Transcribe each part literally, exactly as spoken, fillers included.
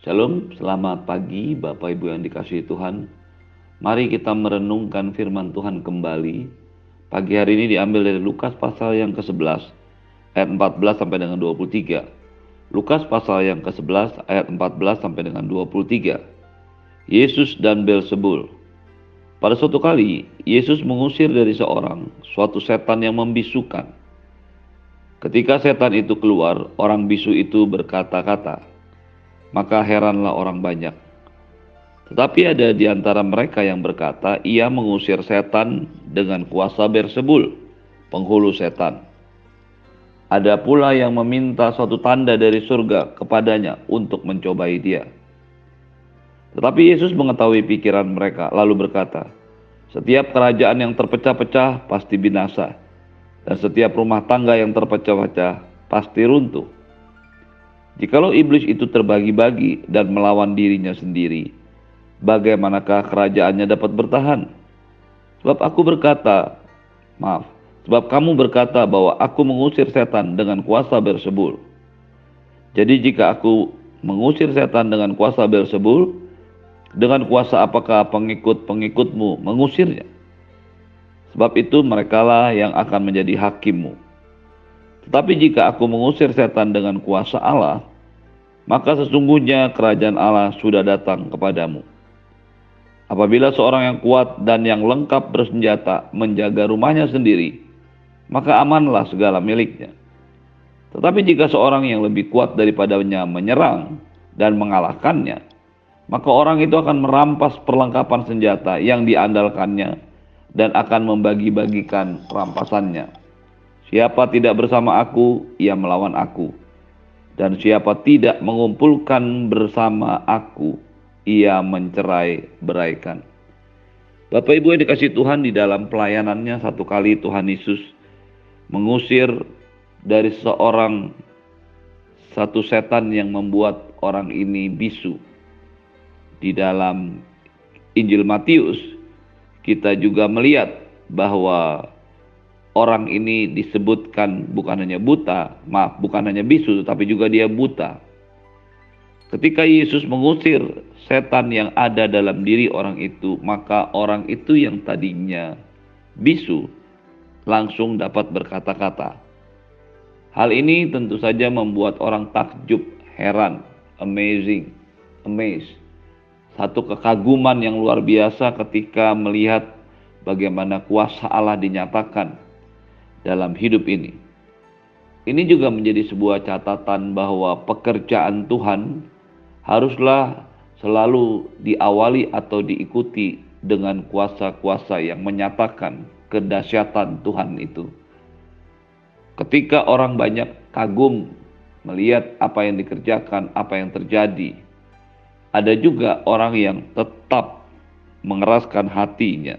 Shalom, selamat pagi Bapak Ibu yang dikasihi Tuhan. Mari kita merenungkan firman Tuhan kembali. Pagi hari ini diambil dari Lukas pasal yang kesebelas ayat empat belas sampai dengan dua puluh tiga. Lukas pasal yang kesebelas ayat empat belas sampai dengan dua puluh tiga. Yesus dan Beelzebul. Pada suatu kali, Yesus mengusir dari seorang suatu setan yang membisukan. Ketika setan itu keluar, orang bisu itu berkata-kata, maka heranlah orang banyak. Tetapi ada di antara mereka yang berkata, ia mengusir setan dengan kuasa Beelzebul, penghulu setan. Ada pula yang meminta suatu tanda dari surga kepadanya untuk mencobai dia. Tetapi Yesus mengetahui pikiran mereka, lalu berkata, setiap kerajaan yang terpecah-pecah pasti binasa, dan setiap rumah tangga yang terpecah-pecah pasti runtuh. Jikalau iblis itu terbagi-bagi dan melawan dirinya sendiri, bagaimanakah kerajaannya dapat bertahan? Sebab aku berkata, maaf, sebab kamu berkata bahwa aku mengusir setan dengan kuasa Beelzebul. Jadi jika aku mengusir setan dengan kuasa Beelzebul, dengan kuasa apakah pengikut-pengikutmu mengusirnya? Sebab itu merekalah yang akan menjadi hakimmu. Tetapi jika aku mengusir setan dengan kuasa Allah, maka sesungguhnya kerajaan Allah sudah datang kepadamu. Apabila seorang yang kuat dan yang lengkap bersenjata menjaga rumahnya sendiri, maka amanlah segala miliknya. Tetapi jika seorang yang lebih kuat daripadanya menyerang dan mengalahkannya, maka orang itu akan merampas perlengkapan senjata yang diandalkannya dan akan membagi-bagikan rampasannya. Siapa tidak bersama aku, ia melawan aku. Dan siapa tidak mengumpulkan bersama aku, ia mencerai beraikan. Bapak Ibu yang dikasihi Tuhan, di dalam pelayanannya satu kali Tuhan Yesus mengusir dari seorang satu setan yang membuat orang ini bisu. Di dalam Injil Matius kita juga melihat bahwa orang ini disebutkan bukan hanya buta, maaf bukan hanya bisu tapi juga dia buta. Ketika Yesus mengusir setan yang ada dalam diri orang itu, maka orang itu yang tadinya bisu langsung dapat berkata-kata. Hal ini tentu saja membuat orang takjub, heran, amazing, amazed. Satu kekaguman yang luar biasa ketika melihat bagaimana kuasa Allah dinyatakan dalam hidup ini. Ini juga menjadi sebuah catatan bahwa pekerjaan Tuhan haruslah selalu diawali atau diikuti dengan kuasa-kuasa yang menyatakan kedahsyatan Tuhan itu. Ketika orang banyak kagum melihat apa yang dikerjakan, apa yang terjadi, ada juga orang yang tetap mengeraskan hatinya.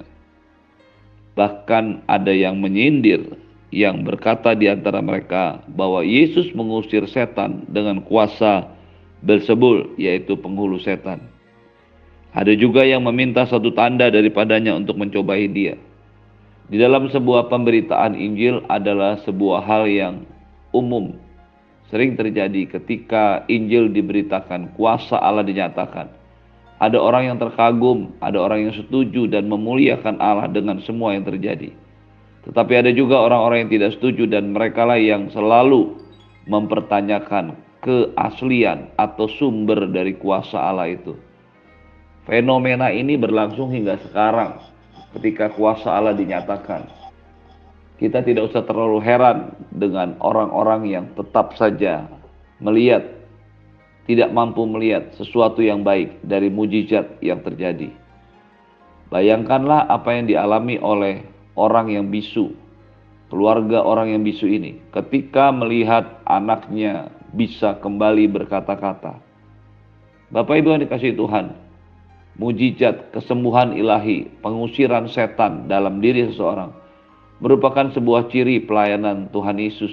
Bahkan ada yang menyindir, yang berkata di antara mereka bahwa Yesus mengusir setan dengan kuasa Beelzebul, yaitu penghulu setan. Ada juga yang meminta satu tanda daripadanya untuk mencobai dia. Di dalam sebuah pemberitaan Injil adalah sebuah hal yang umum, sering terjadi ketika Injil diberitakan, kuasa Allah dinyatakan. Ada orang yang terkagum, ada orang yang setuju dan memuliakan Allah dengan semua yang terjadi. Tetapi ada juga orang-orang yang tidak setuju dan merekalah yang selalu mempertanyakan keaslian atau sumber dari kuasa Allah itu. Fenomena ini berlangsung hingga sekarang ketika kuasa Allah dinyatakan. Kita tidak usah terlalu heran dengan orang-orang yang tetap saja melihat, tidak mampu melihat sesuatu yang baik dari mujizat yang terjadi. Bayangkanlah apa yang dialami oleh orang yang bisu, keluarga orang yang bisu ini, ketika melihat anaknya bisa kembali berkata-kata. Bapak Ibu yang dikasihi Tuhan, mujizat kesembuhan ilahi, pengusiran setan dalam diri seseorang merupakan sebuah ciri pelayanan Tuhan Yesus.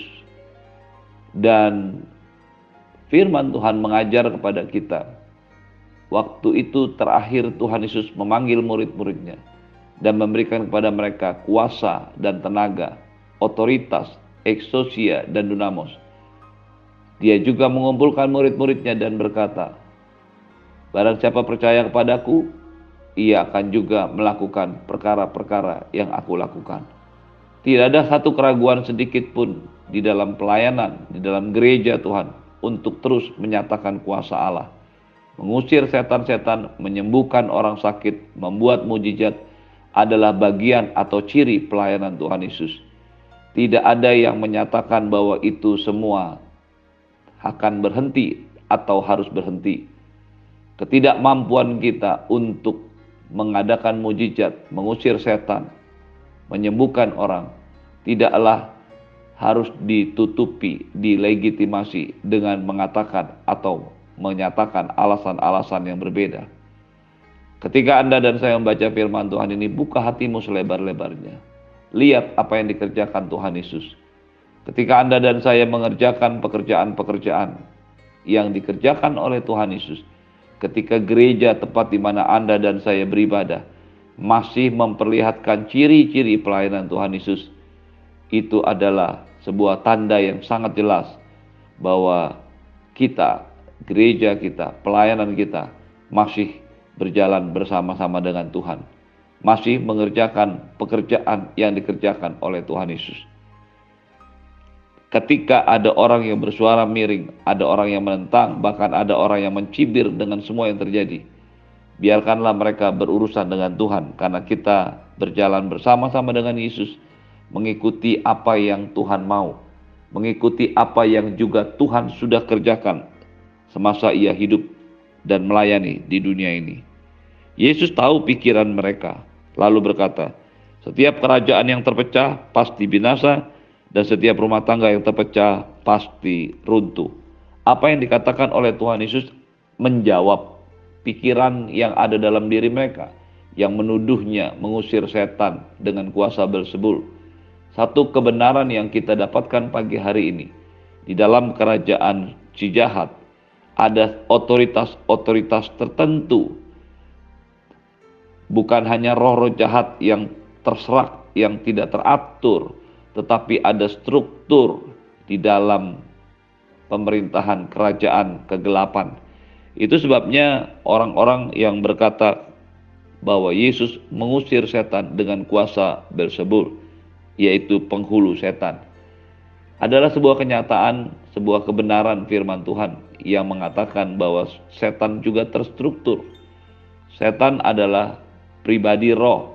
Dan firman Tuhan mengajar kepada kita, waktu itu terakhir Tuhan Yesus memanggil murid-muridnya dan memberikan kepada mereka kuasa dan tenaga, otoritas, eksosia dan dunamos. Dia juga mengumpulkan murid-muridnya dan berkata, Barang siapa percaya kepadaku, ia akan juga melakukan perkara-perkara yang aku lakukan. Tidak ada satu keraguan sedikit pun di dalam pelayanan, di dalam gereja Tuhan, untuk terus menyatakan kuasa Allah. Mengusir setan-setan, menyembuhkan orang sakit, membuat mujizat adalah bagian atau ciri pelayanan Tuhan Yesus. Tidak ada yang menyatakan bahwa itu semua akan berhenti atau harus berhenti. Ketidakmampuan kita untuk mengadakan mujizat, mengusir setan, menyembuhkan orang, tidaklah harus ditutupi, dilegitimasi dengan mengatakan atau menyatakan alasan-alasan yang berbeda. Ketika Anda dan saya membaca firman Tuhan ini, buka hatimu selebar-lebarnya. Lihat apa yang dikerjakan Tuhan Yesus. Ketika Anda dan saya mengerjakan pekerjaan-pekerjaan yang dikerjakan oleh Tuhan Yesus, ketika gereja tempat di mana Anda dan saya beribadah masih memperlihatkan ciri-ciri pelayanan Tuhan Yesus, itu adalah sebuah tanda yang sangat jelas bahwa kita, gereja kita, pelayanan kita masih berjalan bersama-sama dengan Tuhan, masih mengerjakan pekerjaan yang dikerjakan oleh Tuhan Yesus. Ketika ada orang yang bersuara miring, ada orang yang menentang, bahkan ada orang yang mencibir dengan semua yang terjadi, biarkanlah mereka berurusan dengan Tuhan, karena kita berjalan bersama-sama dengan Yesus, mengikuti apa yang Tuhan mau, mengikuti apa yang juga Tuhan sudah kerjakan semasa ia hidup dan melayani di dunia ini. Yesus tahu pikiran mereka, lalu berkata, setiap kerajaan yang terpecah pasti binasa, dan setiap rumah tangga yang terpecah pasti runtuh. Apa yang dikatakan oleh Tuhan Yesus menjawab pikiran yang ada dalam diri mereka, yang menuduhnya mengusir setan dengan kuasa Beelzebul. Satu kebenaran yang kita dapatkan pagi hari ini, di dalam kerajaan si jahat ada otoritas-otoritas tertentu, bukan hanya roh-roh jahat yang terserak, yang tidak teratur, tetapi ada struktur di dalam pemerintahan kerajaan kegelapan. Itu sebabnya orang-orang yang berkata bahwa Yesus mengusir setan dengan kuasa Beelzebul, yaitu penghulu setan, adalah sebuah kenyataan, sebuah kebenaran firman Tuhan yang mengatakan bahwa setan juga terstruktur. Setan adalah pribadi roh.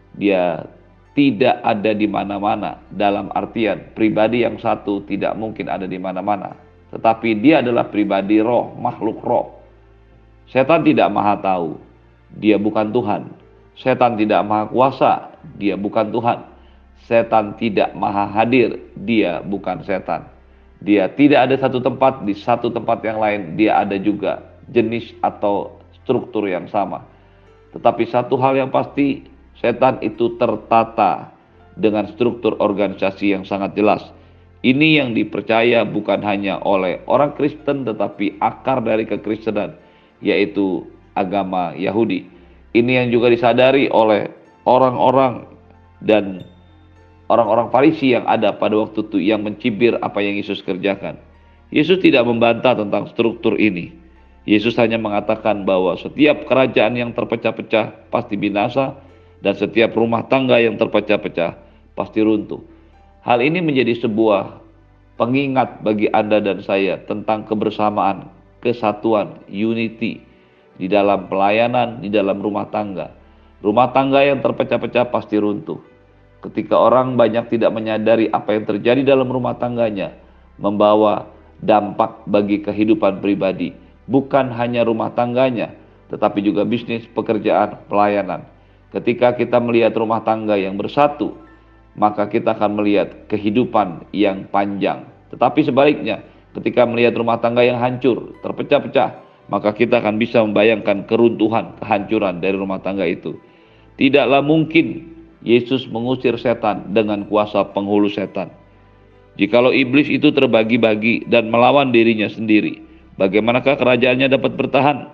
Dia tidak ada di mana-mana, dalam artian pribadi yang satu tidak mungkin ada di mana-mana, tetapi dia adalah pribadi roh, makhluk roh. Setan tidak maha tahu, dia bukan Tuhan. Setan tidak maha kuasa, dia bukan Tuhan. Setan tidak maha hadir, dia bukan setan. Dia tidak ada satu tempat, di satu tempat yang lain dia ada juga jenis atau struktur yang sama. Tetapi satu hal yang pasti, setan itu tertata dengan struktur organisasi yang sangat jelas. Ini yang dipercaya bukan hanya oleh orang Kristen, tetapi akar dari kekristenan, yaitu agama Yahudi. Ini yang juga disadari oleh orang-orang dan orang-orang Farisi yang ada pada waktu itu, yang mencibir apa yang Yesus kerjakan. Yesus tidak membantah tentang struktur ini. Yesus hanya mengatakan bahwa setiap kerajaan yang terpecah-pecah pasti binasa, dan setiap rumah tangga yang terpecah-pecah pasti runtuh. Hal ini menjadi sebuah pengingat bagi Anda dan saya tentang kebersamaan, kesatuan, unity di dalam pelayanan, di dalam rumah tangga. Rumah tangga yang terpecah-pecah pasti runtuh. Ketika orang banyak tidak menyadari apa yang terjadi dalam rumah tangganya, membawa dampak bagi kehidupan pribadi, bukan hanya rumah tangganya, tetapi juga bisnis, pekerjaan, pelayanan. Ketika kita melihat rumah tangga yang bersatu, maka kita akan melihat kehidupan yang panjang. Tetapi sebaliknya, ketika melihat rumah tangga yang hancur, terpecah-pecah, maka kita akan bisa membayangkan keruntuhan, kehancuran dari rumah tangga itu. Tidaklah mungkin Yesus mengusir setan dengan kuasa penghulu setan. Jikalau iblis itu terbagi-bagi dan melawan dirinya sendiri, bagaimanakah kerajaannya dapat bertahan?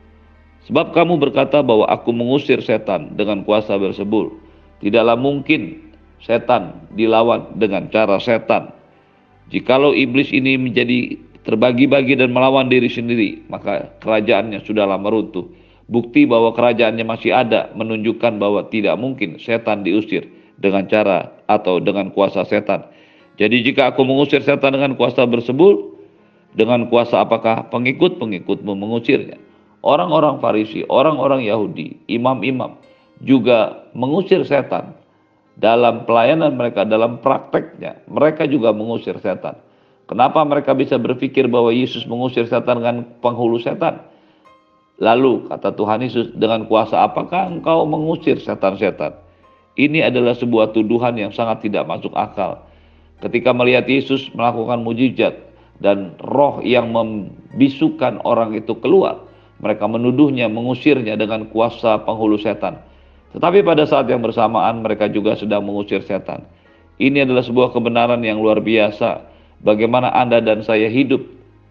Sebab kamu berkata bahwa aku mengusir setan dengan kuasa Beelzebul. Tidaklah mungkin setan dilawan dengan cara setan. Jikalau iblis ini menjadi terbagi-bagi dan melawan diri sendiri, maka kerajaannya sudah lama runtuh. Bukti bahwa kerajaannya masih ada menunjukkan bahwa tidak mungkin setan diusir dengan cara atau dengan kuasa setan. Jadi jika aku mengusir setan dengan kuasa bersebut, dengan kuasa apakah pengikut-pengikutmu mengusirnya? Orang-orang Farisi, orang-orang Yahudi, imam-imam juga mengusir setan. Dalam pelayanan mereka, dalam prakteknya, mereka juga mengusir setan. Kenapa mereka bisa berpikir bahwa Yesus mengusir setan dengan penghulu setan? Lalu kata Tuhan Yesus, dengan kuasa apakah engkau mengusir setan-setan? Ini adalah sebuah tuduhan yang sangat tidak masuk akal. Ketika melihat Yesus melakukan mujizat dan roh yang membisukan orang itu keluar, mereka menuduhnya, mengusirnya dengan kuasa penghulu setan. Tetapi pada saat yang bersamaan mereka juga sedang mengusir setan. Ini adalah sebuah kebenaran yang luar biasa. Bagaimana Anda dan saya hidup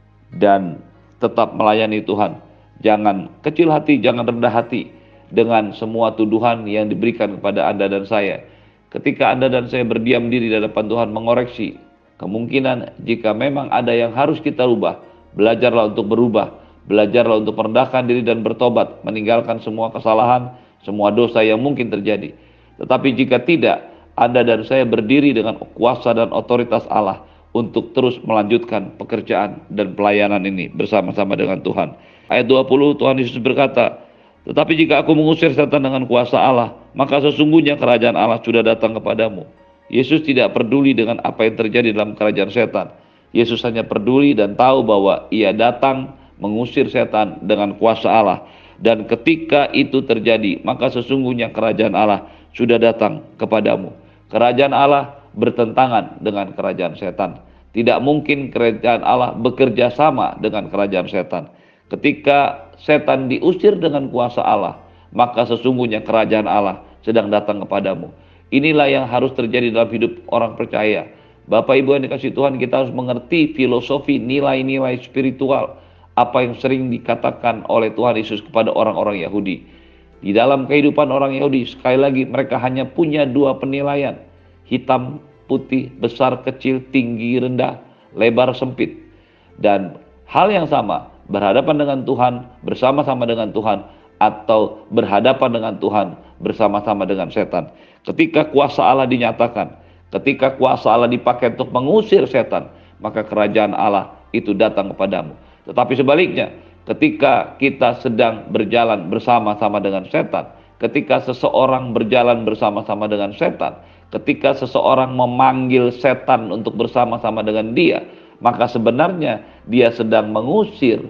dan tetap melayani Tuhan. Jangan kecil hati, jangan rendah hati dengan semua tuduhan yang diberikan kepada Anda dan saya. Ketika Anda dan saya berdiam diri di hadapan Tuhan mengoreksi, kemungkinan jika memang ada yang harus kita rubah, belajarlah untuk berubah, belajarlah untuk merendahkan diri dan bertobat, meninggalkan semua kesalahan, semua dosa yang mungkin terjadi. Tetapi jika tidak, Anda dan saya berdiri dengan kuasa dan otoritas Allah untuk terus melanjutkan pekerjaan dan pelayanan ini bersama-sama dengan Tuhan. Ayat dua puluh, Tuhan Yesus berkata, tetapi jika aku mengusir setan dengan kuasa Allah, maka sesungguhnya kerajaan Allah sudah datang kepadamu. Yesus tidak peduli dengan apa yang terjadi dalam kerajaan setan. Yesus hanya peduli dan tahu bahwa ia datang mengusir setan dengan kuasa Allah. Dan ketika itu terjadi, maka sesungguhnya kerajaan Allah sudah datang kepadamu. Kerajaan Allah bertentangan dengan kerajaan setan. Tidak mungkin kerajaan Allah bekerja sama dengan kerajaan setan. Ketika setan diusir dengan kuasa Allah, maka sesungguhnya kerajaan Allah sedang datang kepadamu. Inilah yang harus terjadi dalam hidup orang percaya. Bapak Ibu yang dikasihi Tuhan, kita harus mengerti filosofi, nilai-nilai spiritual, apa yang sering dikatakan oleh Tuhan Yesus kepada orang-orang Yahudi. Di dalam kehidupan orang Yahudi, sekali lagi mereka hanya punya dua penilaian. Hitam, putih, besar, kecil, tinggi, rendah, lebar, sempit. Dan hal yang sama, berhadapan dengan Tuhan, bersama-sama dengan Tuhan, atau berhadapan dengan Tuhan, bersama-sama dengan setan. Ketika kuasa Allah dinyatakan, ketika kuasa Allah dipakai untuk mengusir setan, maka kerajaan Allah itu datang kepadamu. Tetapi sebaliknya, ketika kita sedang berjalan bersama-sama dengan setan, ketika seseorang berjalan bersama-sama dengan setan, ketika seseorang memanggil setan untuk bersama-sama dengan dia, maka sebenarnya dia sedang mengusir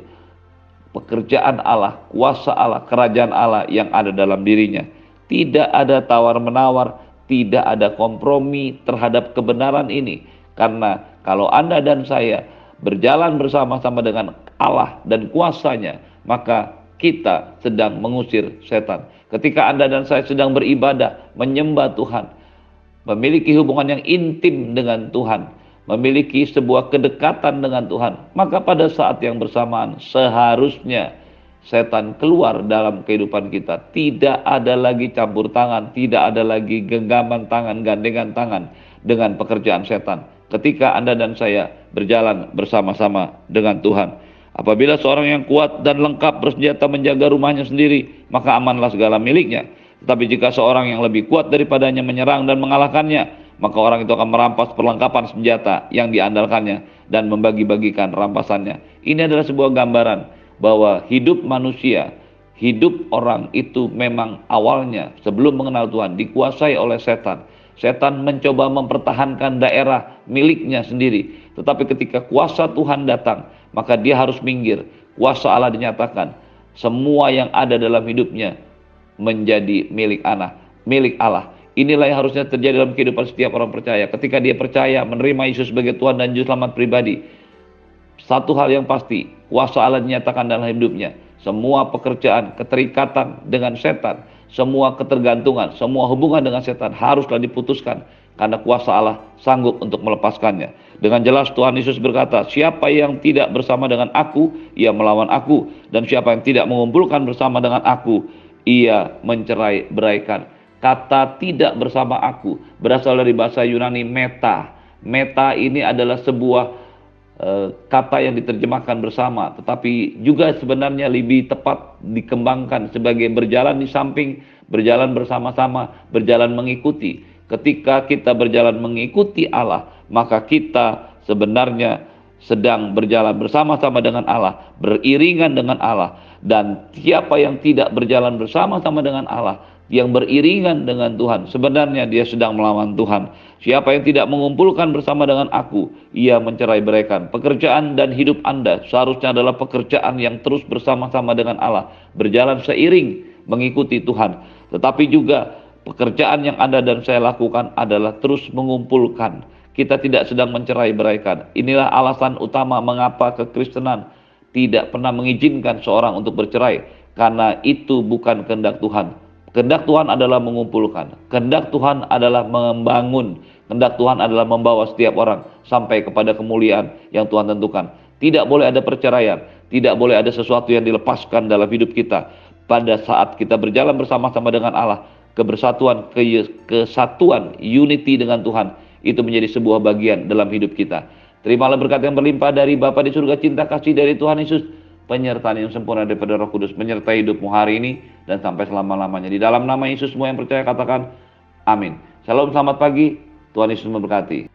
pekerjaan Allah, kuasa Allah, kerajaan Allah yang ada dalam dirinya. Tidak ada tawar-menawar, tidak ada kompromi terhadap kebenaran ini. Karena kalau Anda dan saya berjalan bersama-sama dengan Allah dan kuasanya, maka kita sedang mengusir setan. Ketika Anda dan saya sedang beribadah, menyembah Tuhan, memiliki hubungan yang intim dengan Tuhan, memiliki sebuah kedekatan dengan Tuhan, maka pada saat yang bersamaan seharusnya setan keluar dalam kehidupan kita. Tidak ada lagi campur tangan, tidak ada lagi genggaman tangan, gandengan tangan dengan pekerjaan setan. Ketika Anda dan saya berjalan bersama-sama dengan Tuhan. Apabila seorang yang kuat dan lengkap bersenjata menjaga rumahnya sendiri, maka amanlah segala miliknya. Tetapi jika seorang yang lebih kuat daripadanya menyerang dan mengalahkannya, maka orang itu akan merampas perlengkapan senjata yang diandalkannya dan membagi-bagikan rampasannya. Ini adalah sebuah gambaran bahwa hidup manusia, hidup orang itu memang awalnya sebelum mengenal Tuhan dikuasai oleh setan. Setan mencoba mempertahankan daerah miliknya sendiri. Tetapi ketika kuasa Tuhan datang, maka dia harus minggir. Kuasa Allah dinyatakan, semua yang ada dalam hidupnya menjadi milik Allah, milik Allah. Inilah yang harusnya terjadi dalam kehidupan setiap orang percaya. Ketika dia percaya menerima Yesus sebagai Tuhan dan Juru Selamat pribadi, satu hal yang pasti, kuasa Allah dinyatakan dalam hidupnya. Semua pekerjaan, keterikatan dengan setan, semua ketergantungan, semua hubungan dengan setan haruslah diputuskan. Karena kuasa Allah sanggup untuk melepaskannya. Dengan jelas Tuhan Yesus berkata, siapa yang tidak bersama dengan aku, ia melawan aku. Dan siapa yang tidak mengumpulkan bersama dengan aku, ia mencerai beraikan. Kata tidak bersama aku berasal dari bahasa Yunani meta. Meta ini adalah sebuah eh, kata yang diterjemahkan bersama, tetapi juga sebenarnya lebih tepat dikembangkan sebagai berjalan di samping, berjalan bersama-sama, berjalan mengikuti. Ketika kita berjalan mengikuti Allah, maka kita sebenarnya sedang berjalan bersama-sama dengan Allah, beriringan dengan Allah. Dan siapa yang tidak berjalan bersama-sama dengan Allah, yang beriringan dengan Tuhan, sebenarnya dia sedang melawan Tuhan. Siapa yang tidak mengumpulkan bersama dengan aku, ia mencerai-beraikan. Pekerjaan dan hidup Anda seharusnya adalah pekerjaan yang terus bersama-sama dengan Allah, berjalan seiring mengikuti Tuhan. Tetapi juga pekerjaan yang Anda dan saya lakukan adalah terus mengumpulkan. Kita tidak sedang mencerai-beraikan. Inilah alasan utama mengapa kekristenan tidak pernah mengizinkan seorang untuk bercerai, karena itu bukan kehendak Tuhan. Kehendak Tuhan adalah mengumpulkan. Kehendak Tuhan adalah membangun. Kehendak Tuhan adalah membawa setiap orang sampai kepada kemuliaan yang Tuhan tentukan. Tidak boleh ada perceraian. Tidak boleh ada sesuatu yang dilepaskan dalam hidup kita. Pada saat kita berjalan bersama-sama dengan Allah, kebersatuan, kesatuan, unity dengan Tuhan, itu menjadi sebuah bagian dalam hidup kita. Terimalah berkat yang berlimpah dari Bapa di surga, cinta kasih dari Tuhan Yesus, penyertaan yang sempurna daripada Roh Kudus menyertai hidupmu hari ini dan sampai selama-lamanya. Di dalam nama Yesus semua yang percaya katakan amin. Shalom, selamat pagi, Tuhan Yesus memberkati.